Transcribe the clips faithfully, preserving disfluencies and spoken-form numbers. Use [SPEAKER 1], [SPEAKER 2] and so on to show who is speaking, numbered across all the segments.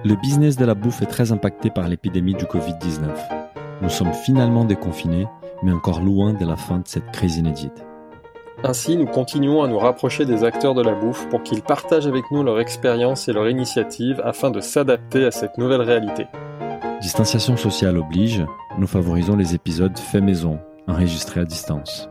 [SPEAKER 1] Le business de la bouffe est très impacté par l'épidémie du covid dix-neuf. Nous sommes finalement déconfinés, mais encore loin de la fin de cette crise inédite.
[SPEAKER 2] Ainsi, nous continuons à nous rapprocher des acteurs de la bouffe pour qu'ils partagent avec nous leur expérience et leur initiative afin de s'adapter à cette nouvelle réalité.
[SPEAKER 1] Distanciation sociale oblige, nous favorisons les épisodes faits maison, enregistrés à distance.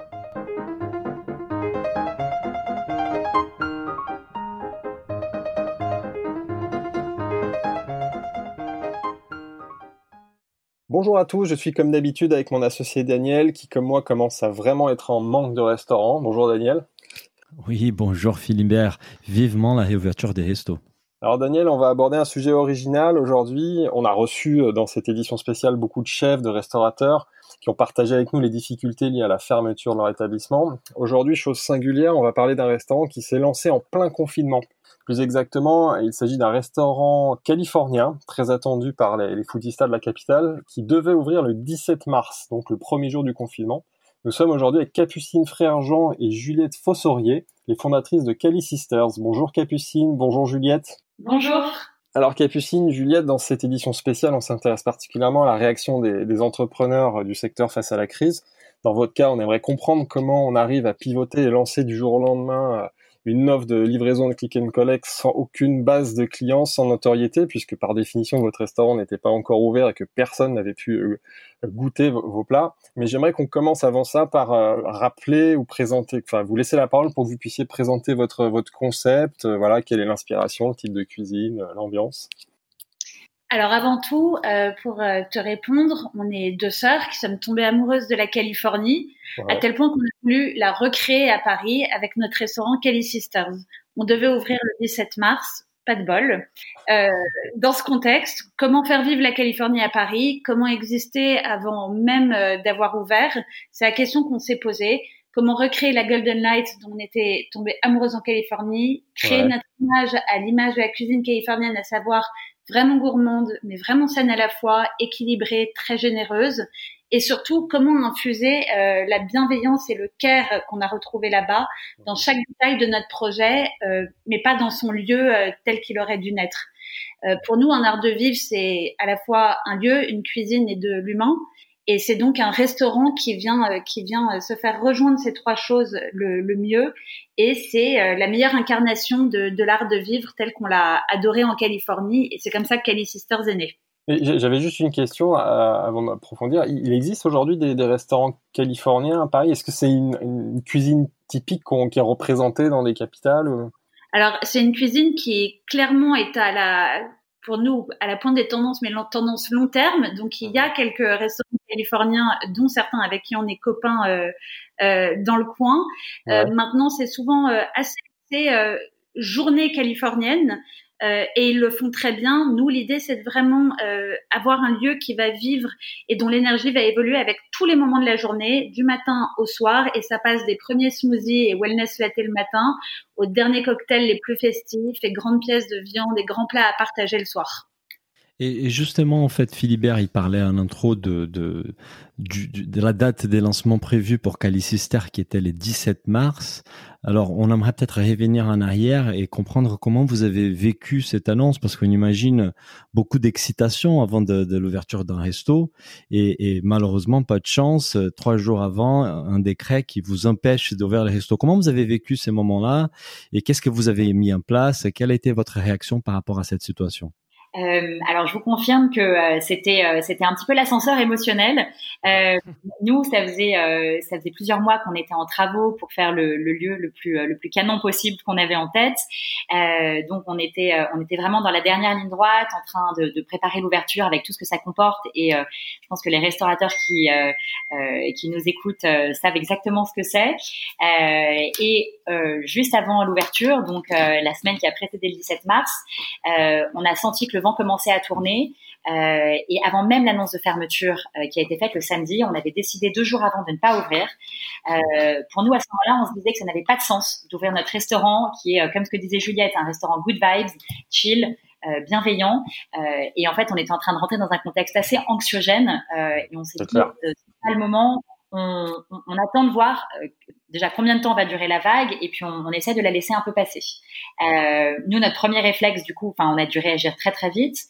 [SPEAKER 2] Bonjour à tous, je suis comme d'habitude avec mon associé Daniel qui, comme moi, commence à vraiment être en manque de restaurants. Bonjour Daniel.
[SPEAKER 1] Oui, bonjour Philibert. Vivement la réouverture des restos.
[SPEAKER 2] Alors Daniel, on va aborder un sujet original aujourd'hui. On a reçu dans cette édition spéciale beaucoup de chefs, de restaurateurs qui ont partagé avec nous les difficultés liées à la fermeture de leur établissement. Aujourd'hui, chose singulière, on va parler d'un restaurant qui s'est lancé en plein confinement. Plus exactement, il s'agit d'un restaurant californien, très attendu par les, les foodistas de la capitale, qui devait ouvrir le dix-sept mars, donc le premier jour du confinement. Nous sommes aujourd'hui avec Capucine Frère-Jean et Juliette Fossorier, les fondatrices de Cali Sisters. Bonjour Capucine, bonjour Juliette.
[SPEAKER 3] Bonjour.
[SPEAKER 2] Alors Capucine, Juliette, dans cette édition spéciale, on s'intéresse particulièrement à la réaction des, des entrepreneurs du secteur face à la crise. Dans votre cas, on aimerait comprendre comment on arrive à pivoter et lancer du jour au lendemain une offre de livraison de click and collect sans aucune base de clients, sans notoriété, puisque par définition, votre restaurant n'était pas encore ouvert et que personne n'avait pu goûter vos plats. Mais j'aimerais qu'on commence avant ça par euh, rappeler ou présenter, enfin, vous laisser la parole pour que vous puissiez présenter votre, votre concept, euh, voilà, quelle est l'inspiration, le type de cuisine, euh, l'ambiance.
[SPEAKER 3] Alors avant tout, euh, pour euh, te répondre, on est deux sœurs qui sommes tombées amoureuses de la Californie, ouais. À tel point qu'on a voulu la recréer à Paris avec notre restaurant Cali Sisters. On devait ouvrir le dix-sept mars, pas de bol. Euh, dans ce contexte, comment faire vivre la Californie à Paris? Comment exister avant même euh, d'avoir ouvert? C'est la question qu'on s'est posée. Comment recréer la Golden Light dont on était tombé amoureuse en Californie, créer ouais. notre image à l'image de la cuisine californienne, à savoir vraiment gourmande, mais vraiment saine à la fois, équilibrée, très généreuse, et surtout comment infuser euh, la bienveillance et le care qu'on a retrouvé là-bas dans chaque détail de notre projet, euh, mais pas dans son lieu euh, tel qu'il aurait dû naître. Euh, pour nous, un art de vivre, c'est à la fois un lieu, une cuisine et de l'humain. Et c'est donc un restaurant qui vient euh, qui vient euh, se faire rejoindre ces trois choses le, le mieux. Et c'est euh, la meilleure incarnation de, de l'art de vivre tel qu'on l'a adoré en Californie. Et c'est comme ça que Cali Sisters est né.
[SPEAKER 2] Et j'avais juste une question à, avant d'approfondir. Il existe aujourd'hui des, des restaurants californiens à Paris. Est-ce que c'est une, une cuisine typique qu'on, qui est représentée dans des capitales ou...
[SPEAKER 3] Alors, c'est une cuisine qui clairement est à la... pour nous, à la pointe des tendances, mais la tendance long terme. Donc, il y a quelques restaurants californiens, dont certains avec qui on est copains euh, euh, dans le coin. Ouais. Euh, maintenant, c'est souvent euh, assez euh, journée californienne euh, et ils le font très bien. Nous, l'idée, c'est de vraiment euh, avoir un lieu qui va vivre et dont l'énergie va évoluer avec tous les moments de la journée, du matin au soir. Et ça passe des premiers smoothies et wellness latte le matin aux derniers cocktails les plus festifs et grandes pièces de viande et grands plats à partager le soir.
[SPEAKER 1] Et justement, en fait, Philibert, il parlait en intro de, de, du, de la date des lancements prévus pour Cali Sisters, qui était le dix-sept mars. Alors, on aimerait peut-être revenir en arrière et comprendre comment vous avez vécu cette annonce, parce qu'on imagine beaucoup d'excitation avant de, de l'ouverture d'un resto. Et, et malheureusement, pas de chance, trois jours avant, un décret qui vous empêche d'ouvrir le resto. Comment vous avez vécu ces moments-là et qu'est-ce que vous avez mis en place? Quelle a été votre réaction par rapport à cette situation?
[SPEAKER 4] Euh, alors je vous confirme que euh, c'était euh, c'était un petit peu l'ascenseur émotionnel. Euh, nous, ça faisait euh, ça faisait plusieurs mois qu'on était en travaux pour faire le, le lieu le plus le plus canon possible qu'on avait en tête. Euh, donc on était euh, on était vraiment dans la dernière ligne droite, en train de, de préparer l'ouverture avec tout ce que ça comporte. Et euh, je pense que les restaurateurs qui euh, euh, qui nous écoutent euh, savent exactement ce que c'est. Euh, et euh, juste avant l'ouverture, donc euh, la semaine qui a précédé le dix-sept mars, euh, on a senti que le vent commençait à tourner euh, et avant même l'annonce de fermeture euh, qui a été faite le samedi, on avait décidé deux jours avant de ne pas ouvrir. Euh, pour nous, à ce moment-là, on se disait que ça n'avait pas de sens d'ouvrir notre restaurant qui est, euh, comme ce que disait Juliette, un restaurant good vibes, chill, euh, bienveillant. Euh, et en fait, on était en train de rentrer dans un contexte assez anxiogène euh, et on s'est dit, euh, c'est pas le moment. On, on, on attend de voir euh, déjà combien de temps va durer la vague et puis on, on essaie de la laisser un peu passer. Euh, nous, notre premier réflexe, du coup, enfin, on a dû réagir très très vite.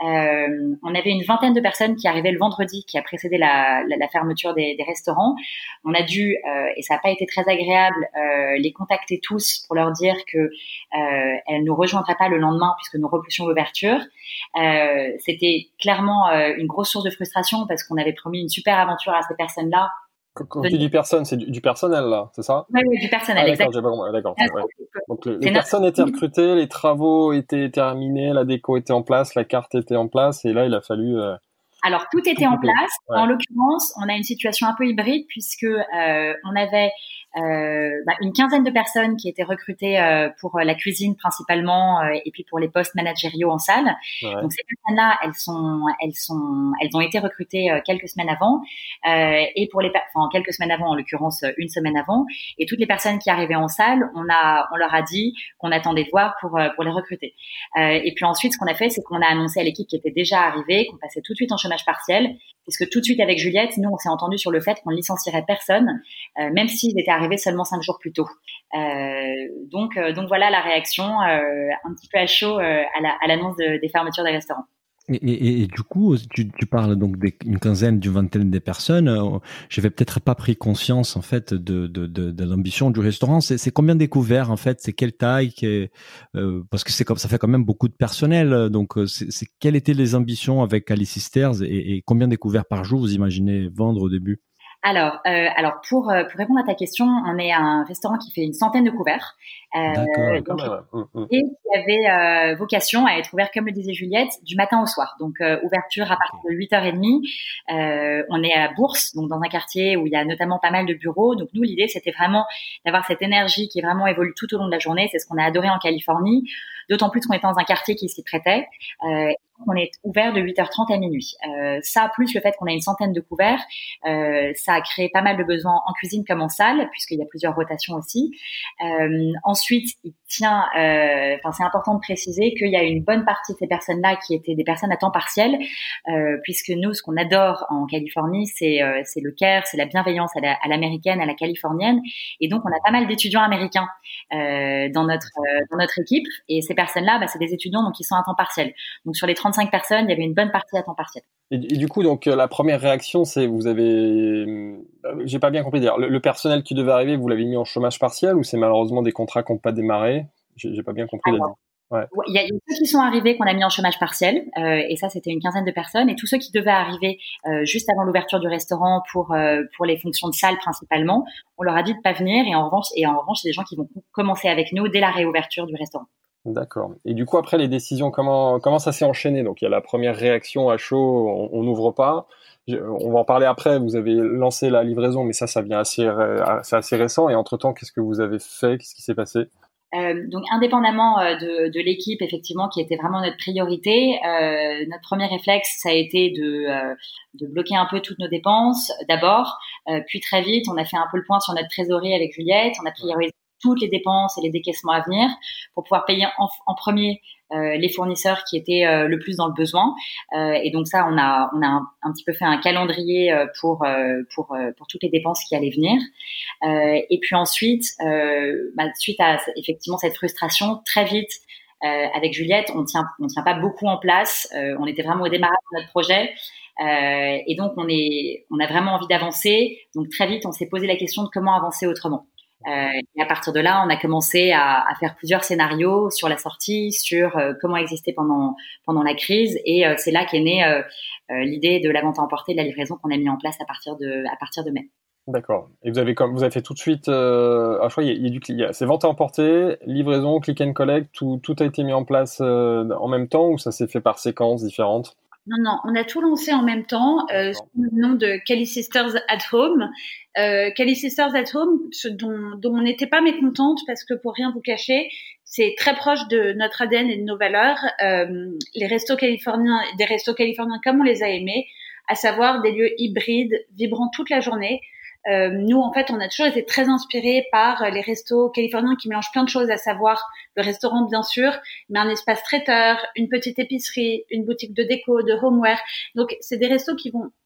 [SPEAKER 4] Euh, on avait une vingtaine de personnes qui arrivaient le vendredi, qui a précédé la, la, la fermeture des, des restaurants. On a dû, euh, et ça n'a pas été très agréable, euh, les contacter tous pour leur dire que euh, elles nous rejoindraient pas le lendemain puisque nous repoussions l'ouverture. Euh, c'était clairement euh, une grosse source de frustration parce qu'on avait promis une super aventure à ces personnes-là.
[SPEAKER 2] Quand tu dis personne, c'est du, du personnel, là, c'est ça?
[SPEAKER 4] Oui, oui, du personnel,
[SPEAKER 2] ah,
[SPEAKER 4] exactement.
[SPEAKER 2] D'accord, d'accord. Ouais. Donc, les, les personnes étaient recrutées, les travaux étaient terminés, la déco était en place, la carte était en place, et là, il a fallu... Euh,
[SPEAKER 4] Alors, tout était tout en place. Ouais. En l'occurrence, on a une situation un peu hybride puisque euh, on avait euh, bah, une quinzaine de personnes qui étaient recrutées euh, pour la cuisine principalement euh, et puis pour les postes managériaux en salle. Ouais. Donc, ces personnes-là, elles sont, elles sont, elles ont été recrutées euh, quelques semaines avant euh, et pour les, enfin quelques semaines avant, en l'occurrence une semaine avant. Et toutes les personnes qui arrivaient en salle, on a, on leur a dit qu'on attendait de voir pour euh, pour les recruter. Euh, et puis ensuite, ce qu'on a fait, c'est qu'on a annoncé à l'équipe qui était déjà arrivée qu'on passait tout de suite en chômage partiel, puisque tout de suite avec Juliette, nous on s'est entendu sur le fait qu'on ne licencierait personne, euh, même s'ils étaient arrivés seulement cinq jours plus tôt. Euh, donc, euh, donc voilà la réaction, euh, un petit peu à chaud euh, à, la, à l'annonce de, des fermetures des restaurants.
[SPEAKER 1] Et, et, et du coup, tu, tu parles donc d'une quinzaine, d'une vingtaine de personnes. Euh, j'avais peut-être pas pris conscience en fait de de de, de l'ambition du restaurant. C'est, c'est combien des couverts en fait? C'est quelle taille? Qu'est, euh, parce que c'est comme ça fait quand même beaucoup de personnel. Donc, c'est, c'est quelles étaient les ambitions avec Cali Sisters et, et combien des couverts par jour vous imaginez vendre au début?
[SPEAKER 4] Alors, euh, alors pour euh, pour répondre à ta question, on est un restaurant qui fait une centaine de couverts, euh,
[SPEAKER 2] D'accord,
[SPEAKER 4] donc, et qui avait euh, vocation à être ouvert, comme le disait Juliette, du matin au soir. Donc euh, ouverture à partir de huit heures trente. Euh, on est à Bourse, donc dans un quartier où il y a notamment pas mal de bureaux. Donc nous, l'idée, c'était vraiment d'avoir cette énergie qui vraiment évolue tout au long de la journée. C'est ce qu'on a adoré en Californie, d'autant plus qu'on était dans un quartier qui s'y prêtait. Euh, on est ouvert de huit heures trente à minuit. Euh, ça, plus le fait qu'on a une centaine de couverts, euh, ça a créé pas mal de besoins en cuisine comme en salle, puisqu'il y a plusieurs rotations aussi. Euh, ensuite, il tient, euh, enfin, c'est important de préciser qu'il y a une bonne partie de ces personnes-là qui étaient des personnes à temps partiel, euh, puisque nous, ce qu'on adore en Californie, c'est, euh, c'est le care, c'est la bienveillance à, la, à l'américaine, à la californienne, et donc on a pas mal d'étudiants américains euh, dans notre euh, dans notre équipe, et ces personnes-là, bah, c'est des étudiants donc qui sont à temps partiel. Donc sur les trente-cinq personnes, il y avait une bonne partie à temps partiel.
[SPEAKER 2] Et, et du coup, donc la première réaction, c'est vous avez, j'ai pas bien compris d'ailleurs, le, le personnel qui devait arriver, vous l'avez mis en chômage partiel ou c'est malheureusement des contrats qui n'ont pas démarré? J'ai, j'ai pas bien compris.
[SPEAKER 4] Alors, ouais. Il y a ceux qui sont arrivés qu'on a mis en chômage partiel, euh, et ça c'était une quinzaine de personnes, et tous ceux qui devaient arriver euh, juste avant l'ouverture du restaurant pour euh, pour les fonctions de salle principalement, on leur a dit de pas venir, et en revanche et en revanche c'est des gens qui vont commencer avec nous dès la réouverture du restaurant.
[SPEAKER 2] D'accord. Et du coup, après les décisions, comment comment ça s'est enchaîné? Donc, il y a la première réaction à chaud, on n'ouvre pas. Je, on va en parler après. Vous avez lancé la livraison, mais ça, ça vient assez, c'est assez récent. Et entre-temps, qu'est-ce que vous avez fait? Qu'est-ce qui s'est passé?
[SPEAKER 4] Euh, donc, indépendamment euh, de, de l'équipe, effectivement, qui était vraiment notre priorité, euh, notre premier réflexe, ça a été de, euh, de bloquer un peu toutes nos dépenses d'abord. Euh, puis très vite, on a fait un peu le point sur notre trésorerie avec Juliette. On a priorisé toutes les dépenses et les décaissements à venir pour pouvoir payer en, en premier euh, les fournisseurs qui étaient euh, le plus dans le besoin. Euh, et donc ça, on a on a un, un petit peu fait un calendrier euh, pour euh, pour euh, pour toutes les dépenses qui allaient venir. Euh, et puis ensuite, euh, bah, suite à effectivement cette frustration, très vite euh, avec Juliette, on tient on tient pas beaucoup en place. Euh, on était vraiment au démarrage de notre projet. Euh, et donc on est on a vraiment envie d'avancer. Donc très vite, on s'est posé la question de comment avancer autrement. Euh, et à partir de là, on a commencé à, à faire plusieurs scénarios sur la sortie, sur euh, comment exister pendant pendant la crise, et euh, c'est là qu'est née euh, euh, l'idée de la vente à emporter, de la livraison qu'on a mis en place à partir de à partir de mai.
[SPEAKER 2] D'accord. Et vous avez comme vous avez fait tout de suite. Euh, ah, je crois il y a, il y a du il y a, c'est vente à emporter, livraison, click and collect, tout tout a été mis en place euh, en même temps ou ça s'est fait par séquences différentes?
[SPEAKER 3] Non, non, on a tout lancé en même temps euh, sous le nom de Cali Sisters at Home. Euh, Cali Sisters at Home, ce dont, dont on n'était pas mécontente parce que pour rien vous cacher, c'est très proche de notre A D N et de nos valeurs. Euh, les restos californiens, des restos californiens comme on les a aimés, à savoir des lieux hybrides, vibrants toute la journée. Euh, nous, en fait, on a toujours été très inspirés par les restos californiens qui mélangent plein de choses, à savoir le restaurant, bien sûr, mais un espace traiteur, une petite épicerie, une boutique de déco, de homeware. Donc, c'est des restos qui vont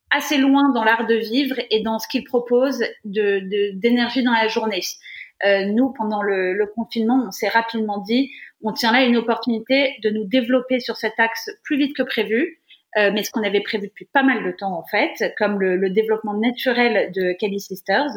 [SPEAKER 3] assez loin dans l'art de vivre et dans ce qu'ils proposent de, de, d'énergie dans la journée. Euh, nous, pendant le, le confinement, on s'est rapidement dit, on tient là une opportunité de nous développer sur cet axe plus vite que prévu, euh, mais ce qu'on avait prévu depuis pas mal de temps en fait, comme le, le développement naturel de Kelly Sisters.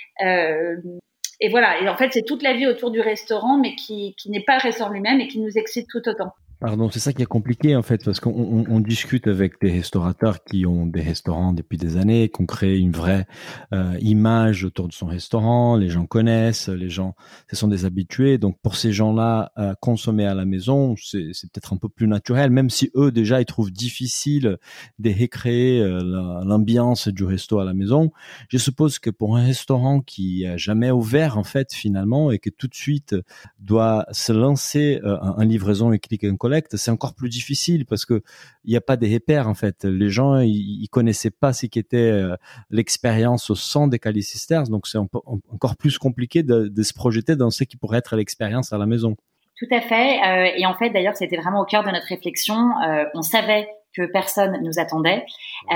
[SPEAKER 3] Euh, et voilà, et en fait, c'est toute la vie autour du restaurant, mais qui, qui n'est pas le restaurant lui-même et qui nous excite tout autant.
[SPEAKER 1] Pardon, c'est ça qui est compliqué en fait, parce qu'on on, on discute avec des restaurateurs qui ont des restaurants depuis des années, qui ont créé une vraie euh, image autour de son restaurant, les gens connaissent, les gens, ce sont des habitués, donc pour ces gens-là, euh, consommer à la maison, c'est, c'est peut-être un peu plus naturel, même si eux déjà ils trouvent difficile de recréer euh, la, l'ambiance du resto à la maison. Je suppose que pour un restaurant qui a jamais ouvert en fait finalement et que tout de suite doit se lancer euh, en livraison et click and collect, c'est encore plus difficile parce que il n'y a pas des repères en fait. Les gens ils, ils connaissaient pas ce qu'était euh, l'expérience au sein des Kelly Sisters, donc c'est un peu, un, encore plus compliqué de, de se projeter dans ce qui pourrait être l'expérience à la maison.
[SPEAKER 4] Tout à fait. Euh, et en fait, d'ailleurs, c'était vraiment au cœur de notre réflexion. Euh, on savait que personne nous attendait.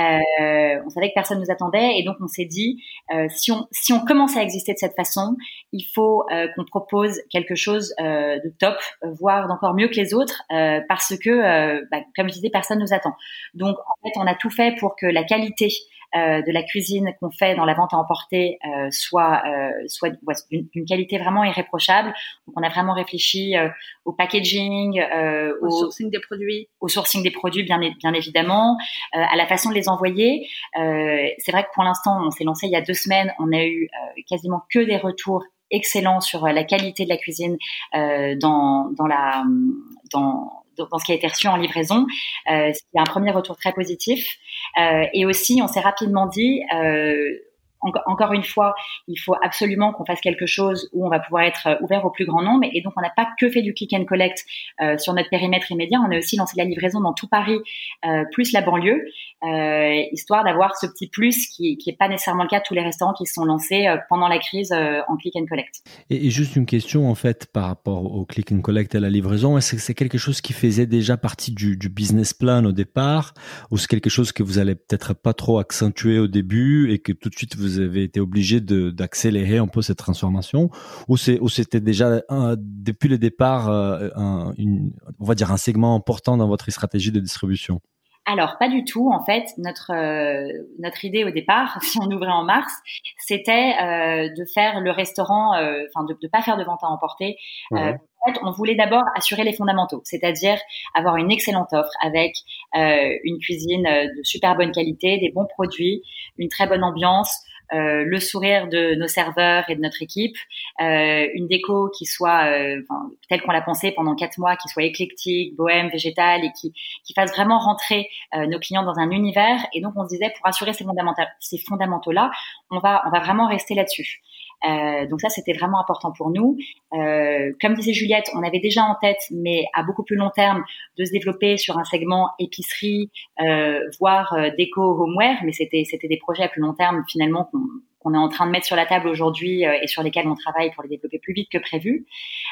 [SPEAKER 4] Euh, on savait que personne nous attendait, et donc on s'est dit, euh, si on si on commence à exister de cette façon, il faut euh, qu'on propose quelque chose euh, de top, voire d'encore mieux que les autres, euh, parce que, euh, bah, comme je disais, personne nous attend. Donc en fait, on a tout fait pour que la qualité Euh, de la cuisine qu'on fait dans la vente à emporter euh, soit euh, soit d'une, d'une qualité vraiment irréprochable. Donc on a vraiment réfléchi euh, au packaging, euh,
[SPEAKER 3] au,
[SPEAKER 4] au
[SPEAKER 3] sourcing des produits,
[SPEAKER 4] au sourcing des produits bien bien évidemment, euh, à la façon de les envoyer. Euh, c'est vrai que pour l'instant, on s'est lancé il y a deux semaines, on a eu euh, quasiment que des retours excellents sur euh, la qualité de la cuisine euh, dans dans la dans dans ce qui a été reçu en livraison, euh, c'est un premier retour très positif. Euh, et aussi, on s'est rapidement dit, euh, en, encore une fois, il faut absolument qu'on fasse quelque chose où on va pouvoir être ouvert au plus grand nombre. Et donc, on n'a pas que fait du click and collect euh, sur notre périmètre immédiat. On a aussi lancé la livraison dans tout Paris, euh, plus la banlieue, euh, histoire d'avoir ce petit plus qui qui est pas nécessairement le cas de tous les restaurants qui se sont lancés euh, pendant la crise euh, en click and collect.
[SPEAKER 1] Et, et juste une question en fait par rapport au click and collect et à la livraison, est-ce que c'est quelque chose qui faisait déjà partie du, du business plan au départ, ou c'est quelque chose que vous allez peut-être pas trop accentuer au début et que tout de suite vous avez été obligé de d'accélérer un peu cette transformation, ou c'est ou c'était déjà un, depuis le départ un, une, on va dire un segment important dans votre stratégie de distribution?
[SPEAKER 4] Alors, pas du tout. En fait, notre euh, notre idée au départ, si on ouvrait en mars, c'était euh, de faire le restaurant, enfin euh, de ne pas faire de vente à emporter. Mmh. Euh, en fait, on voulait d'abord assurer les fondamentaux, c'est-à-dire avoir une excellente offre avec euh, une cuisine de super bonne qualité, des bons produits, une très bonne ambiance, Euh, le sourire de nos serveurs et de notre équipe, euh, une déco qui soit euh, enfin, telle qu'on l'a pensée pendant quatre mois, qui soit éclectique, bohème, végétale, et qui, qui fasse vraiment rentrer euh, nos clients dans un univers. Et donc on se disait, pour assurer ces fondamentaux, ces fondamentaux-là, on va, on va vraiment rester là-dessus. Euh, donc ça, c'était vraiment important pour nous. Euh, comme disait Juliette, on avait déjà en tête, mais à beaucoup plus long terme, de se développer sur un segment épicerie, euh, voire euh, déco homeware, mais c'était c'était des projets à plus long terme finalement qu'on, qu'on est en train de mettre sur la table aujourd'hui euh, et sur lesquels on travaille pour les développer plus vite que prévu.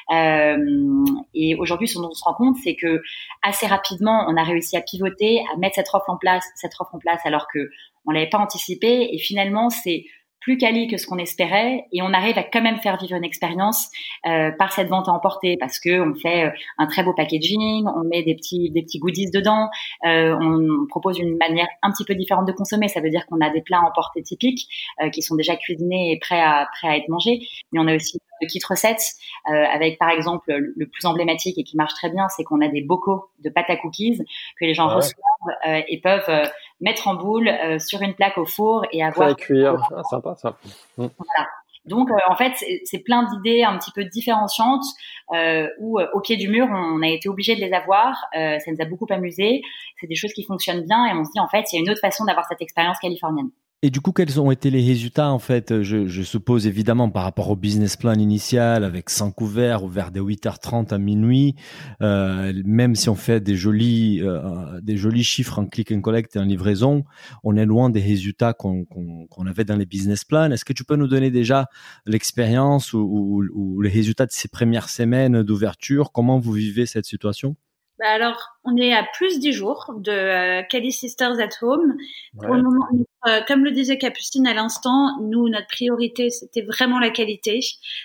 [SPEAKER 4] Euh, et aujourd'hui, ce dont on se rend compte, c'est que assez rapidement, on a réussi à pivoter, à mettre cette offre en place, cette offre en place, alors que on l'avait pas anticipé. Et finalement, c'est plus quali que ce qu'on espérait, et on arrive à quand même faire vivre une expérience euh, par cette vente à emporter, parce que on fait un très beau packaging, on met des petits des petits goodies dedans, euh, on propose une manière un petit peu différente de consommer. Ça veut dire qu'on a des plats à emporter typiques euh, qui sont déjà cuisinés et prêts à prêts à être mangés, mais on a aussi de kit recettes euh, avec par exemple le plus emblématique et qui marche très bien, c'est qu'on a des bocaux de pâte à cookies que les gens ouais. reçoivent euh, et peuvent euh, mettre en boule euh, sur une plaque au four et avoir
[SPEAKER 2] à cuire. Ah, sympa ça. Mmh.
[SPEAKER 4] Voilà. Donc euh, en fait c'est, c'est plein d'idées un petit peu différenciantes euh, où euh, au pied du mur on a été obligé de les avoir. Euh, ça nous a beaucoup amusé. C'est des choses qui fonctionnent bien et on se dit en fait il y a une autre façon d'avoir cette expérience californienne.
[SPEAKER 1] Et du coup, quels ont été les résultats en fait? Je, je suppose évidemment par rapport au business plan initial avec cinq ouverts, ouverts de huit heures trente à minuit. Euh, même si on fait des jolis, euh, des jolis chiffres en click and collect et en livraison, on est loin des résultats qu'on, qu'on, qu'on avait dans les business plans. Est-ce que tu peux nous donner déjà l'expérience ou, ou, ou les résultats de ces premières semaines d'ouverture? Comment vous vivez cette situation?
[SPEAKER 3] Bah alors, on est à plus dix jours de euh, Cali Sisters at Home.
[SPEAKER 2] Ouais.
[SPEAKER 3] Pour le moment, euh, comme le disait Capucine à l'instant, nous, notre priorité, c'était vraiment la qualité.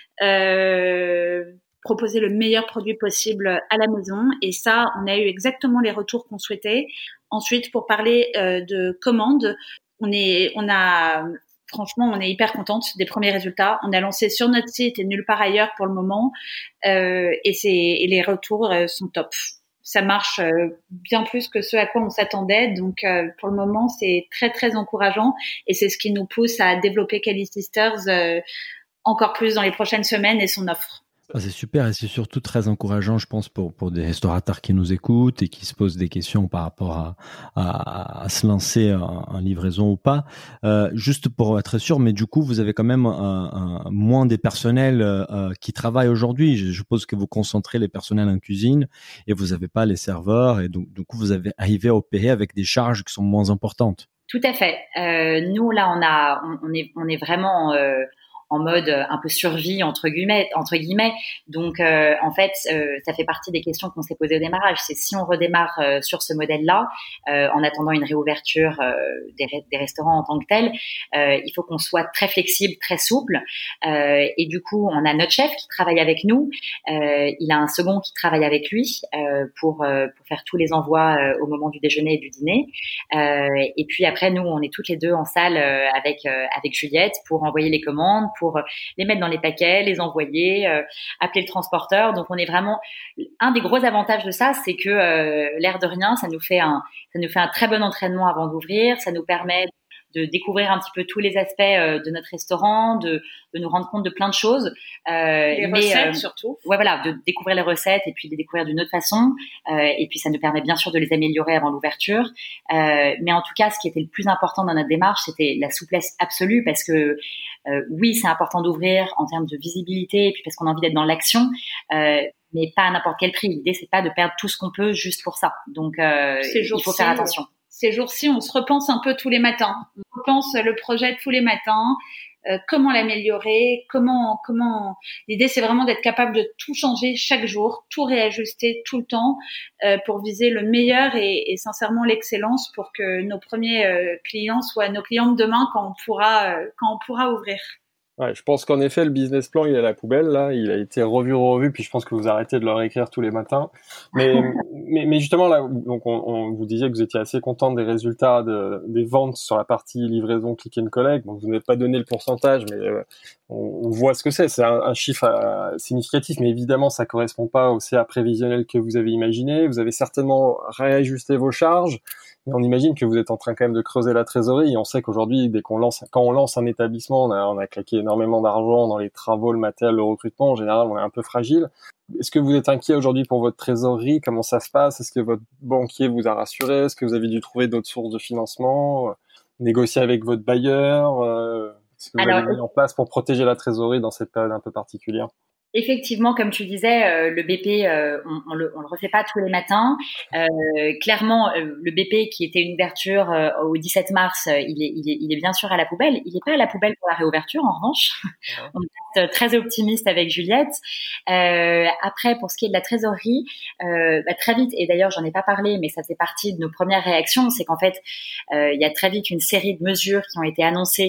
[SPEAKER 3] Euh, proposer le meilleur produit possible à la maison. Et ça, on a eu exactement les retours qu'on souhaitait. Ensuite, pour parler euh, de commandes, on est, on a... Franchement, on est hyper contente des premiers résultats. On a lancé sur notre site et nulle part ailleurs pour le moment. Euh, et, c'est, et les retours euh, sont top. Ça marche euh, bien plus que ce à quoi on s'attendait. Donc, euh, pour le moment, c'est très, très encourageant. Et c'est ce qui nous pousse à développer Cali Sisters euh, encore plus dans les prochaines semaines et son offre.
[SPEAKER 1] Ah, c'est super et c'est surtout très encourageant, je pense, pour pour des restaurateurs qui nous écoutent et qui se posent des questions par rapport à à, à se lancer en, en livraison ou pas. Euh, juste pour être sûr, mais du coup, vous avez quand même un, un, moins des personnels euh, qui travaillent aujourd'hui. Je suppose que vous concentrez les personnels en cuisine et vous n'avez pas les serveurs et donc du coup, vous avez arrivé à opérer avec des charges qui sont moins importantes.
[SPEAKER 4] Tout à fait. Euh, nous là, on a, on, on est, on est vraiment euh, en mode un peu survie entre guillemets, entre guillemets. Donc, euh, en fait, euh, ça fait partie des questions qu'on s'est posées au démarrage. C'est si on redémarre euh, sur ce modèle-là, euh, en attendant une réouverture euh, des, des restaurants en tant que tels, euh, il faut qu'on soit très flexible, très souple. Euh, et du coup, on a notre chef qui travaille avec nous. Euh, il a un second qui travaille avec lui euh, pour euh, pour faire tous les envois euh, au moment du déjeuner et du dîner. Euh, et puis après, nous, on est toutes les deux en salle euh, avec euh, avec Juliette pour envoyer les commandes, pour les mettre dans les paquets, les envoyer, euh, appeler le transporteur. Donc on est vraiment, un des gros avantages de ça, c'est que euh, l'air de rien, ça nous fait un, ça nous fait un très bon entraînement avant d'ouvrir. Ça nous permet de découvrir un petit peu tous les aspects euh, de notre restaurant, de, de nous rendre compte de plein de choses.
[SPEAKER 3] Euh, les
[SPEAKER 4] mais,
[SPEAKER 3] recettes
[SPEAKER 4] euh,
[SPEAKER 3] surtout.
[SPEAKER 4] Ouais, voilà, de découvrir les recettes et puis de les découvrir d'une autre façon. Euh, et puis ça nous permet bien sûr de les améliorer avant l'ouverture. Euh, mais en tout cas, ce qui était le plus important dans notre démarche, c'était la souplesse absolue parce que euh, oui, c'est important d'ouvrir en termes de visibilité et puis parce qu'on a envie d'être dans l'action. Euh, mais pas à n'importe quel prix. L'idée, c'est pas de perdre tout ce qu'on peut juste pour ça. Donc, euh, il faut faire attention.
[SPEAKER 3] Ces jours-ci, on se repense un peu tous les matins. On repense le projet tous les matins. Euh, comment l'améliorer, comment, comment. L'idée, c'est vraiment d'être capable de tout changer chaque jour, tout réajuster tout le temps euh, pour viser le meilleur et, et sincèrement l'excellence pour que nos premiers euh, clients soient nos clients de demain quand on pourra, euh, quand on pourra ouvrir.
[SPEAKER 2] Ouais, je pense qu'en effet, le business plan, il est à la poubelle, là. Il a été revu, revu, puis je pense que vous arrêtez de le réécrire tous les matins. Mais, mais, mais justement, là, donc, on, on vous disiez que vous étiez assez content des résultats de, des ventes sur la partie livraison click and collect. Donc, vous n'avez pas donné le pourcentage, mais euh, on, on voit ce que c'est. C'est un, un chiffre euh, significatif, mais évidemment, ça correspond pas au C A prévisionnel que vous avez imaginé. Vous avez certainement réajusté vos charges. Mais on imagine que vous êtes en train quand même de creuser la trésorerie et on sait qu'aujourd'hui, dès qu'on lance, quand on lance un établissement, on a, on a claqué énormément d'argent dans les travaux, le matériel, le recrutement. En général, on est un peu fragile. Est-ce que vous êtes inquiet aujourd'hui pour votre trésorerie? Comment ça se passe? Est-ce que votre banquier vous a rassuré? Est-ce que vous avez dû trouver d'autres sources de financement? Négocier avec votre bailleur? Est-ce que vous Alors, avez mis en place pour protéger la trésorerie dans cette période un peu particulière?
[SPEAKER 4] Effectivement, comme tu disais, euh, le B P, euh, on, on, le, on le refait pas tous les matins. Euh, clairement, euh, le B P qui était une ouverture euh, au dix-sept mars, euh, il, est, il, est, il est bien sûr à la poubelle. Il n'est pas à la poubelle pour la réouverture, en revanche. Ouais. On est très optimiste avec Juliette. Euh, après, pour ce qui est de la trésorerie, euh, bah, très vite, et d'ailleurs j'en ai pas parlé, mais ça fait partie de nos premières réactions, c'est qu'en fait, euh, il y a très vite une série de mesures qui ont été annoncées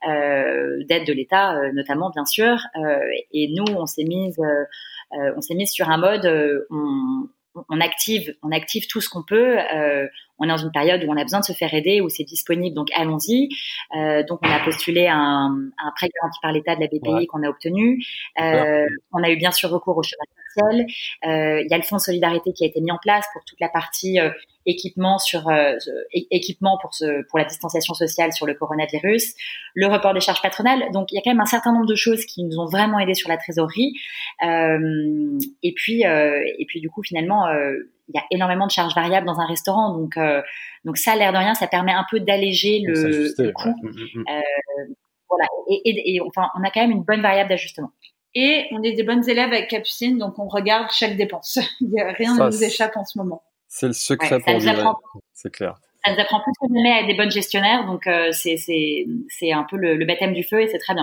[SPEAKER 4] euh, d'aide de l'État, euh, notamment bien sûr. Euh, et nous, on s'est mise, euh, euh, on s'est mise sur un mode, euh, on, on active, on active tout ce qu'on peut. Euh, on est dans une période où on a besoin de se faire aider, où c'est disponible, donc allons-y. Euh, donc on a postulé un, un prêt garanti par l'État de la B P I ouais. qu'on a obtenu. Euh, on a eu bien sûr recours au chômage partiel. Euh, il y a le fonds de solidarité qui a été mis en place pour toute la partie euh, équipement sur euh, équipement pour ce pour la distanciation sociale sur le coronavirus, le report des charges patronales. Donc il y a quand même un certain nombre de choses qui nous ont vraiment aidé sur la trésorerie. Euh, et puis euh, et puis du coup finalement euh, il y a énormément de charges variables dans un restaurant, donc euh, donc ça, l'air de rien, ça permet un peu d'alléger le, le coût. Ouais. Euh, voilà. Et, et, et enfin, on a quand même une bonne variable d'ajustement.
[SPEAKER 3] Et on est des bonnes élèves avec Capucine, donc on regarde chaque dépense. Il y a rien ça, ne nous échappe en ce moment.
[SPEAKER 2] C'est le secret ouais, pour durer. C'est clair.
[SPEAKER 4] Ça nous apprend plus que jamais à être des bonnes gestionnaires, donc euh, c'est c'est c'est un peu le, le baptême du feu et c'est très bien.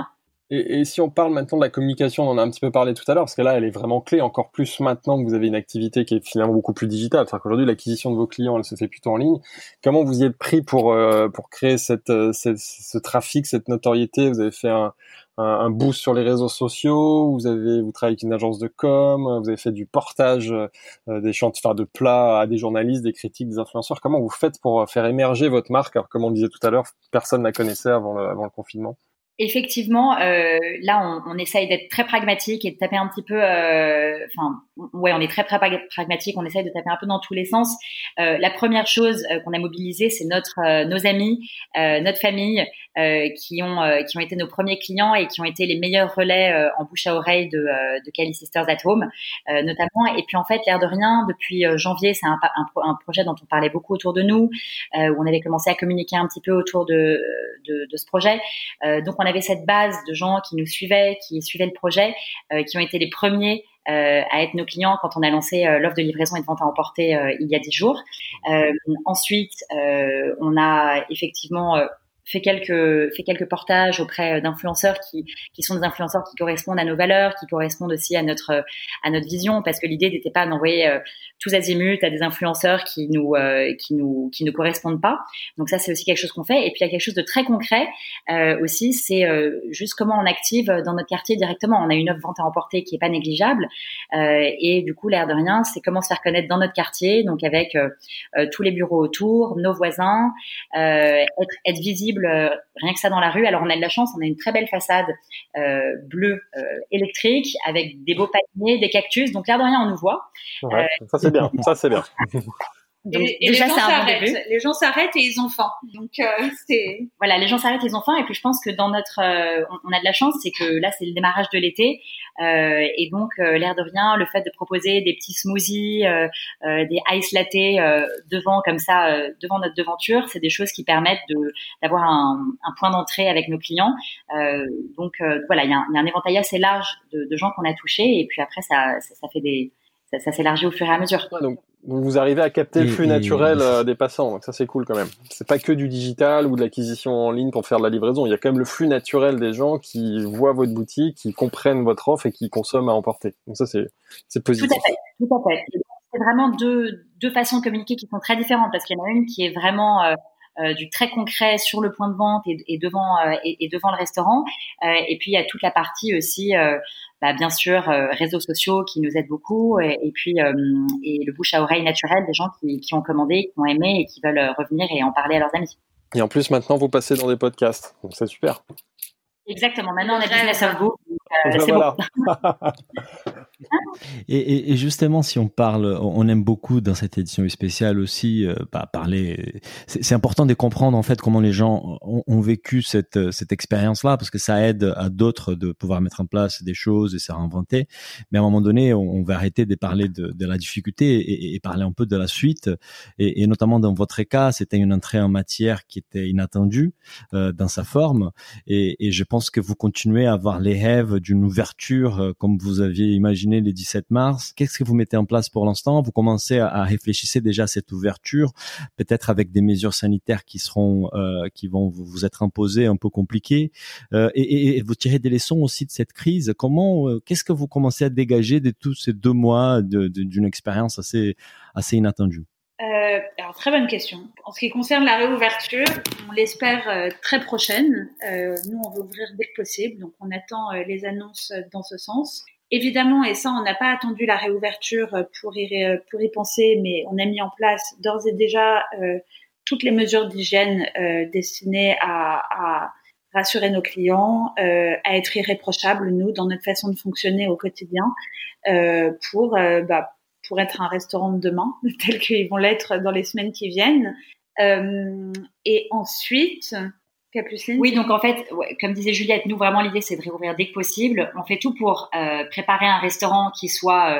[SPEAKER 2] Et, et si on parle maintenant de la communication, on en a un petit peu parlé tout à l'heure, parce que là, elle est vraiment clé, encore plus maintenant que vous avez une activité qui est finalement beaucoup plus digitale. C'est-à-dire qu'aujourd'hui, l'acquisition de vos clients, elle se fait plutôt en ligne. Comment vous y êtes pris pour euh, pour créer cette, cette ce trafic, cette notoriété? Vous avez fait un, un, un boost sur les réseaux sociaux, vous avez vous travaillez avec une agence de com, vous avez fait du portage euh, des chantiers, enfin de plats à des journalistes, des critiques, des influenceurs. Comment vous faites pour faire émerger votre marque? Alors, comme on disait tout à l'heure, personne ne la connaissait avant le, avant le confinement.
[SPEAKER 4] Effectivement, euh, là, on, on essaye d'être très pragmatique et de taper un petit peu. Enfin, euh, ouais, on est très, très pragmatique. On essaye de taper un peu dans tous les sens. Euh, la première chose euh, qu'on a mobilisée, c'est notre, euh, nos amis, euh, notre famille, euh, qui ont, euh, qui ont été nos premiers clients et qui ont été les meilleurs relais euh, en bouche à oreille de, euh, de Cali Sisters at Home, euh, notamment. Et puis en fait, l'air de rien, depuis euh, janvier, c'est un, un, un projet dont on parlait beaucoup autour de nous, euh, où on avait commencé à communiquer un petit peu autour de, de, de ce projet. Euh, donc on On avait cette base de gens qui nous suivaient, qui suivaient le projet, euh, qui ont été les premiers euh, à être nos clients quand on a lancé euh, l'offre de livraison et de vente à emporter euh, il y a dix jours. Euh, ensuite, euh, on a effectivement euh, fait quelques fait quelques portages auprès d'influenceurs qui qui sont des influenceurs qui correspondent à nos valeurs, qui correspondent aussi à notre à notre vision, parce que l'idée n'était pas d'envoyer euh, tous azimuts à des influenceurs qui nous euh, qui nous qui ne correspondent pas. Donc ça, c'est aussi quelque chose qu'on fait. Et puis il y a quelque chose de très concret euh, aussi, c'est euh, juste comment on active dans notre quartier directement. On a une offre vente à emporter qui est pas négligeable, euh, et du coup, l'air de rien, c'est comment se faire connaître dans notre quartier, donc avec euh, euh, tous les bureaux autour, nos voisins, euh, être, être visible. Euh, rien que ça dans la rue. Alors on a de la chance, on a une très belle façade euh, bleue euh, électrique avec des beaux palmiers, des cactus. Donc l'air de rien, on nous voit.
[SPEAKER 2] Ouais, euh, ça c'est bien, ça c'est bien.
[SPEAKER 3] Donc, et, et déjà, les gens s'arrêtent. Les gens s'arrêtent et ils ont faim. Donc, euh, c'est
[SPEAKER 4] voilà, les gens s'arrêtent, ils ont faim. Et puis, je pense que dans notre, euh, on, on a de la chance, c'est que là, c'est le démarrage de l'été, euh, et donc euh, l'air de rien, le fait de proposer des petits smoothies, euh, euh, des ice latte euh, devant comme ça, euh, devant notre devanture, c'est des choses qui permettent de d'avoir un, un point d'entrée avec nos clients. Euh, donc euh, voilà, il y, y a un éventail assez large de, de gens qu'on a touchés, et puis après, ça, ça, ça fait des Ça, ça s'élargit au fur et à mesure.
[SPEAKER 2] Ouais, donc, vous arrivez à capter et, le flux et... naturel euh, des passants, donc ça c'est cool quand même. C'est pas que du digital ou de l'acquisition en ligne pour faire de la livraison. Il y a quand même le flux naturel des gens qui voient votre boutique, qui comprennent votre offre et qui consomment à emporter. Donc ça c'est c'est positif.
[SPEAKER 4] Tout à fait, tout à fait. C'est vraiment deux deux façons de communiquer qui sont très différentes, parce qu'il y en a une qui est vraiment euh, Euh, du très concret sur le point de vente et, et devant euh, et, et devant le restaurant, euh, et puis il y a toute la partie aussi euh, bah, bien sûr euh, réseaux sociaux qui nous aident beaucoup, et, et puis euh, et le bouche à oreille naturel des gens qui, qui ont commandé, qui ont aimé et qui veulent revenir et en parler à leurs amis.
[SPEAKER 2] Et en plus maintenant vous passez dans des podcasts, donc c'est super.
[SPEAKER 4] Exactement, maintenant on est business of go, euh, c'est
[SPEAKER 2] voilà.
[SPEAKER 4] bon.
[SPEAKER 1] Et, et, et justement, si on parle, on aime beaucoup dans cette édition spéciale aussi euh, bah, parler. C'est, c'est important de comprendre en fait comment les gens ont, ont vécu cette cette expérience-là, parce que ça aide à d'autres de pouvoir mettre en place des choses et se réinventer. Mais à un moment donné, on, on va arrêter de parler de, de la difficulté et, et parler un peu de la suite. Et, et notamment dans votre cas, c'était une entrée en matière qui était inattendue euh, dans sa forme. Et, et je pense que vous continuez à avoir les rêves d'une ouverture euh, comme vous aviez imaginé les dix-sept mars. Qu'est-ce que vous mettez en place pour l'instant? Vous commencez à, à réfléchir déjà à cette ouverture, peut-être avec des mesures sanitaires qui seront, euh, qui vont vous être imposées, un peu compliquées. Euh, et, et vous tirez des leçons aussi de cette crise. Comment, euh, qu'est-ce que vous commencez à dégager de tous ces deux mois de, de, d'une expérience assez, assez inattendue?
[SPEAKER 3] Euh, alors très bonne question. En ce qui concerne la réouverture, on l'espère euh, très prochaine. Euh, nous, on veut ouvrir dès que possible, donc on attend euh, les annonces dans ce sens. Évidemment, et ça, on n'a pas attendu la réouverture pour y, pour y penser, mais on a mis en place d'ores et déjà euh, toutes les mesures d'hygiène euh, destinées à, à rassurer nos clients, euh, à être irréprochables, nous, dans notre façon de fonctionner au quotidien, euh, pour, euh, bah, pour être un restaurant de demain, tel qu'ils vont l'être dans les semaines qui viennent. Euh, et ensuite... Capucine.
[SPEAKER 4] Oui, donc en fait, ouais, comme disait Juliette, nous vraiment l'idée c'est de réouvrir dès que possible. On fait tout pour euh, préparer un restaurant qui soit euh,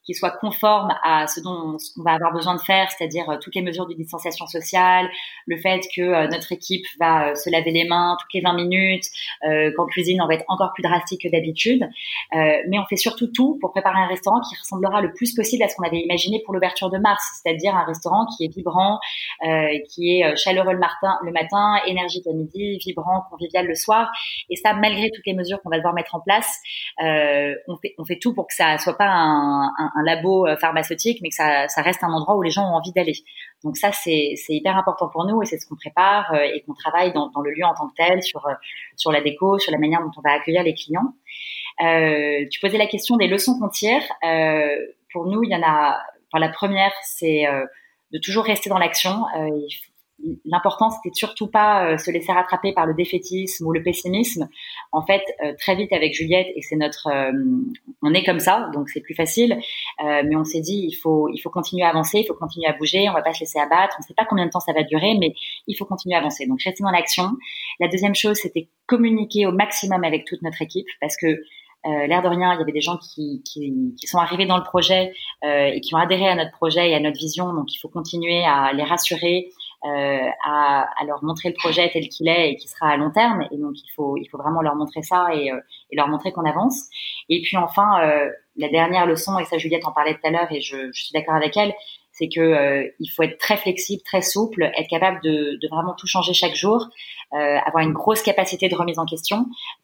[SPEAKER 4] qui soit conforme à ce dont ce qu'on va avoir besoin de faire, c'est-à-dire euh, toutes les mesures de distanciation sociale, le fait que euh, notre équipe va euh, se laver les mains toutes les vingt minutes, euh, qu'en cuisine on va être encore plus drastique que d'habitude, euh, mais on fait surtout tout pour préparer un restaurant qui ressemblera le plus possible à ce qu'on avait imaginé pour l'ouverture de mars, c'est-à-dire un restaurant qui est vibrant, euh, qui est chaleureux le matin, le matin, énergique à midi, vibrant, convivial le soir, et ça malgré toutes les mesures qu'on va devoir mettre en place, euh, on fait on fait tout pour que ça soit pas un, un, un labo pharmaceutique, mais que ça, ça reste un endroit où les gens ont envie d'aller. Donc ça c'est c'est hyper important pour nous et c'est ce qu'on prépare euh, et qu'on travaille dans, dans le lieu en tant que tel, sur sur la déco, sur la manière dont on va accueillir les clients. Euh, tu posais la question des leçons qu'on tire. Euh, pour nous, il y en a. Enfin, la première, c'est euh, de toujours rester dans l'action. Euh, L'important, c'était surtout pas euh, se laisser rattraper par le défaitisme ou le pessimisme. En fait, euh, très vite avec Juliette, et c'est notre, euh, on est comme ça, donc c'est plus facile. Euh, mais on s'est dit, il faut, il faut continuer à avancer, il faut continuer à bouger. On va pas se laisser abattre. On sait pas combien de temps ça va durer, mais il faut continuer à avancer. Donc rester dans l'action. La deuxième chose, c'était communiquer au maximum avec toute notre équipe, parce que Euh, l'air de rien, il y avait des gens qui, qui, qui sont arrivés dans le projet euh, et qui ont adhéré à notre projet et à notre vision. Donc, il faut continuer à les rassurer, euh, à, à leur montrer le projet tel qu'il est et qui sera à long terme. Et donc, il faut, il faut vraiment leur montrer ça et, euh, et leur montrer qu'on avance. Et puis, enfin, euh, la dernière leçon, et ça, Juliette en parlait tout à l'heure et je, je suis d'accord avec elle, c'est que euh, il faut être très flexible, très souple, être capable de, de vraiment tout changer chaque jour, euh, avoir une grosse capacité de remise en question,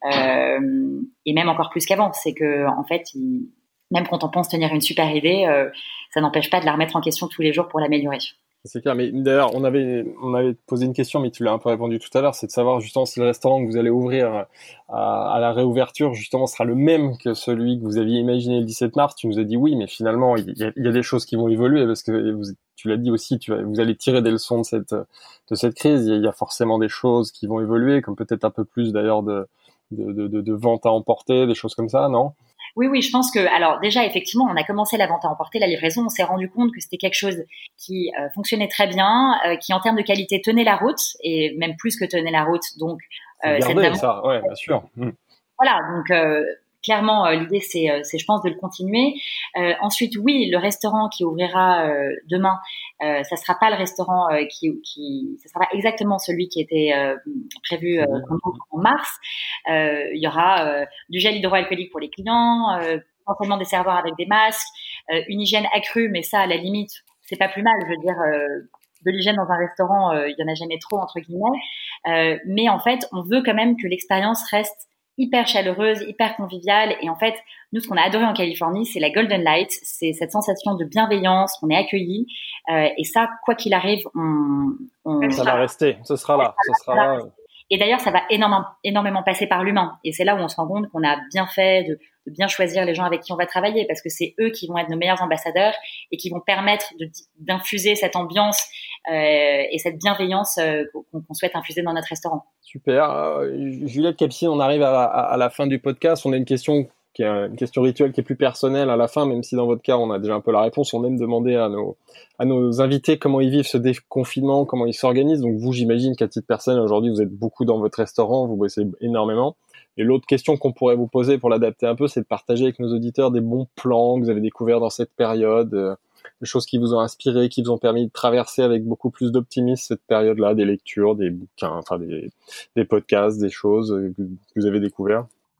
[SPEAKER 4] euh, et même encore plus qu'avant. C'est que en fait, il, même quand on pense tenir une super idée, euh, ça n'empêche pas de la remettre en question tous les jours pour l'améliorer.
[SPEAKER 2] C'est clair, mais d'ailleurs, on avait, on avait posé une question, mais tu l'as un peu répondu tout à l'heure, c'est de savoir justement si le restaurant que vous allez ouvrir à, à la réouverture, justement, sera le même que celui que vous aviez imaginé le dix-sept mars. Tu nous as dit oui, mais finalement, il y a, il y a des choses qui vont évoluer parce que vous, tu l'as dit aussi, tu, vous allez tirer des leçons de cette, de cette crise. Il y a, il y a forcément des choses qui vont évoluer, comme peut-être un peu plus d'ailleurs de, de, de, de, de vente à emporter, des choses comme ça, non?
[SPEAKER 4] Oui, oui, je pense que, alors déjà, effectivement, on a commencé la vente à emporter, la livraison, on s'est rendu compte que c'était quelque chose qui euh, fonctionnait très bien, euh, qui en termes de qualité tenait la route, et même plus que tenait la route. Donc,
[SPEAKER 2] euh, garder, cette ça, ouais, bien sûr. Mmh.
[SPEAKER 4] Voilà, donc euh, clairement, euh, l'idée, c'est, euh, c'est, je pense, de le continuer. Euh, ensuite, oui, le restaurant qui ouvrira euh, demain, euh, ça sera pas le restaurant euh, qui, qui, ça sera pas exactement celui qui était euh, prévu euh, en mars. Euh, il y aura euh, du gel hydroalcoolique pour les clients, euh, potentiellement des serveurs avec des masques, euh, une hygiène accrue, mais ça, à la limite, c'est pas plus mal. Je veux dire, euh, de l'hygiène dans un restaurant, euh, il y en a jamais trop entre guillemets. Euh, mais en fait, on veut quand même que l'expérience reste hyper chaleureuse, hyper conviviale. Et en fait, nous, ce qu'on a adoré en Californie, c'est la Golden Light. C'est cette sensation de bienveillance, on est accueilli. Euh, et ça, quoi qu'il arrive, on, on...
[SPEAKER 2] Ça va rester, ce sera là. Ce sera là.
[SPEAKER 4] Et d'ailleurs, ça va énormément, énormément passer par l'humain. Et c'est là où on se rend compte qu'on a bien fait de, de bien choisir les gens avec qui on va travailler, parce que c'est eux qui vont être nos meilleurs ambassadeurs et qui vont permettre de, d'infuser cette ambiance euh, et cette bienveillance euh, qu'on, qu'on souhaite infuser dans notre restaurant.
[SPEAKER 2] Super. Euh, Juliette Kapsine, on arrive à la, à la fin du podcast. On a une question qui est une question rituelle qui est plus personnelle à la fin, même si dans votre cas, on a déjà un peu la réponse. On aime demander à nos, à nos invités comment ils vivent ce déconfinement, comment ils s'organisent. Donc vous, j'imagine qu'à titre personnel, aujourd'hui, vous êtes beaucoup dans votre restaurant, vous bossez énormément. Et l'autre question qu'on pourrait vous poser pour l'adapter un peu, c'est de partager avec nos auditeurs des bons plans que vous avez découverts dans cette période, euh, des choses qui vous ont inspiré, qui vous ont permis de traverser avec beaucoup plus d'optimisme cette période-là, des lectures, des bouquins, enfin des, des podcasts, des choses que vous avez découvertes.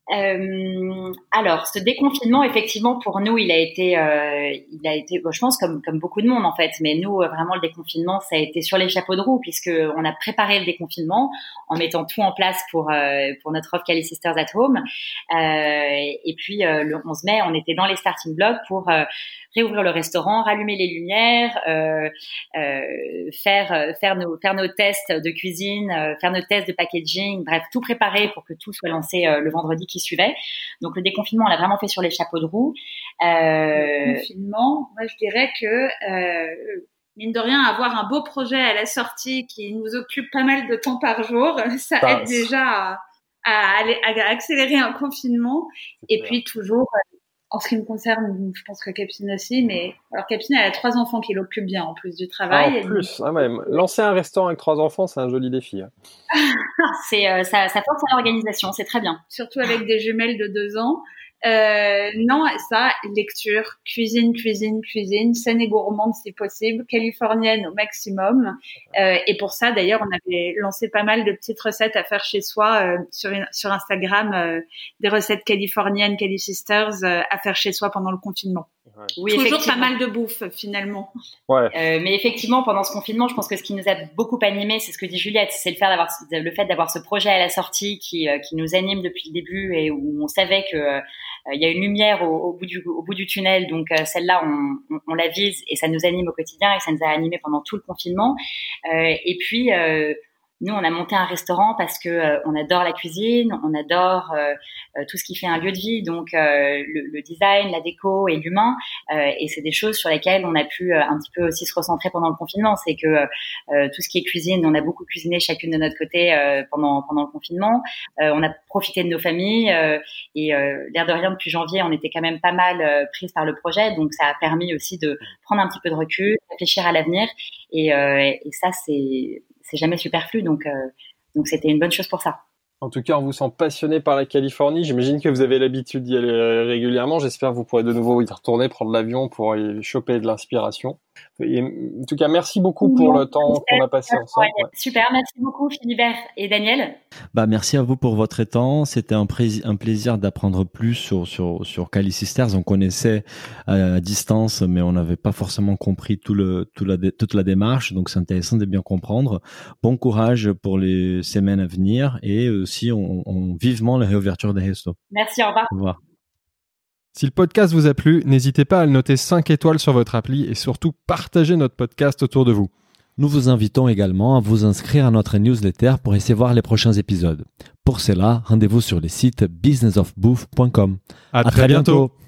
[SPEAKER 4] Euh, alors, ce déconfinement, effectivement, pour nous, il a été, euh, il a été, bon, je pense comme comme beaucoup de monde en fait, mais nous, vraiment, le déconfinement, ça a été sur les chapeaux de roue puisque on a préparé le déconfinement en mettant tout en place pour euh, pour notre offre Cali Sisters at Home. Euh, et puis euh, le onze mai, on était dans les starting blocks pour euh, réouvrir le restaurant, rallumer les lumières, euh, euh, faire faire nos faire nos tests de cuisine, euh, faire nos tests de packaging, bref, tout préparer pour que tout soit lancé euh, le vendredi qui suivait. Donc le déconfinement, on l'a vraiment fait sur les chapeaux de roue.
[SPEAKER 3] Euh... Le confinement, moi je dirais que euh, mine de rien, avoir un beau projet à la sortie qui nous occupe pas mal de temps par jour, ça Passe. aide déjà à, à, aller, à accélérer un confinement. Et puis toujours, en ce qui me concerne, je pense que Kapsine aussi, mais alors Kapsine, elle a trois enfants qui l'occupent bien en plus du travail.
[SPEAKER 2] Ah, en plus, donc... ah ouais, lancer un restaurant avec trois enfants, c'est un joli défi. Hein.
[SPEAKER 4] c'est euh, ça, ça force à l'organisation, c'est très bien.
[SPEAKER 3] Surtout avec des jumelles de deux ans. Euh, non, ça, lecture, cuisine, cuisine, cuisine, saine et gourmande si possible, californienne au maximum. Euh, et pour ça, d'ailleurs, on avait lancé pas mal de petites recettes à faire chez soi euh, sur, sur Instagram, euh, des recettes californiennes, Cali Sisters, euh, à faire chez soi pendant le confinement.
[SPEAKER 4] Ouais. Oui,
[SPEAKER 3] toujours pas mal de bouffe finalement.
[SPEAKER 2] Ouais.
[SPEAKER 4] Euh, mais effectivement, pendant ce confinement, je pense que ce qui nous a beaucoup animé, c'est ce que dit Juliette, c'est le fait d'avoir le fait d'avoir ce projet à la sortie qui euh, qui nous anime depuis le début et où on savait que euh, il y a une lumière au, au bout du au bout du tunnel. Donc euh, celle-là, on, on, on la vise et ça nous anime au quotidien et ça nous a animé pendant tout le confinement. Euh, et puis euh, nous, on a monté un restaurant parce que euh, on adore la cuisine, on adore euh, euh, tout ce qui fait un lieu de vie, donc euh, le, le design, la déco et l'humain. Euh, et c'est des choses sur lesquelles on a pu euh, un petit peu aussi se recentrer pendant le confinement. C'est que euh, tout ce qui est cuisine, on a beaucoup cuisiné chacune de notre côté euh, pendant pendant le confinement. Euh, on a profité de nos familles euh, et euh, l'air de rien depuis janvier, on était quand même pas mal euh, prises par le projet, donc ça a permis aussi de prendre un petit peu de recul, réfléchir à l'avenir. Et, euh, et ça, c'est c'est jamais superflu, donc euh, donc c'était une bonne chose pour ça.
[SPEAKER 2] En tout cas, on vous sent passionné par la Californie. J'imagine que vous avez l'habitude d'y aller régulièrement. J'espère que vous pourrez de nouveau y retourner, prendre l'avion pour y choper de l'inspiration. Et, en tout cas, merci beaucoup pour le temps qu'on a passé ensemble.
[SPEAKER 4] Ouais. Super, merci beaucoup Philibert et Daniel.
[SPEAKER 1] Bah merci à vous pour votre temps. C'était un, pré- un plaisir d'apprendre plus sur sur sur Cali Sisters. On connaissait à distance, mais on n'avait pas forcément compris tout le tout la toute la démarche. Donc c'est intéressant de bien comprendre. Bon courage pour les semaines à venir et aussi on, on vivement la réouverture des restos.
[SPEAKER 4] Merci, au revoir.
[SPEAKER 1] Au revoir.
[SPEAKER 5] Si le podcast vous a plu, n'hésitez pas à le noter cinq étoiles sur votre appli et surtout partagez notre podcast autour de vous.
[SPEAKER 1] Nous vous invitons également à vous inscrire à notre newsletter pour recevoir les prochains épisodes. Pour cela, rendez-vous sur le site business of bouffe point com.
[SPEAKER 5] À,
[SPEAKER 1] à
[SPEAKER 5] très, très bientôt. bientôt.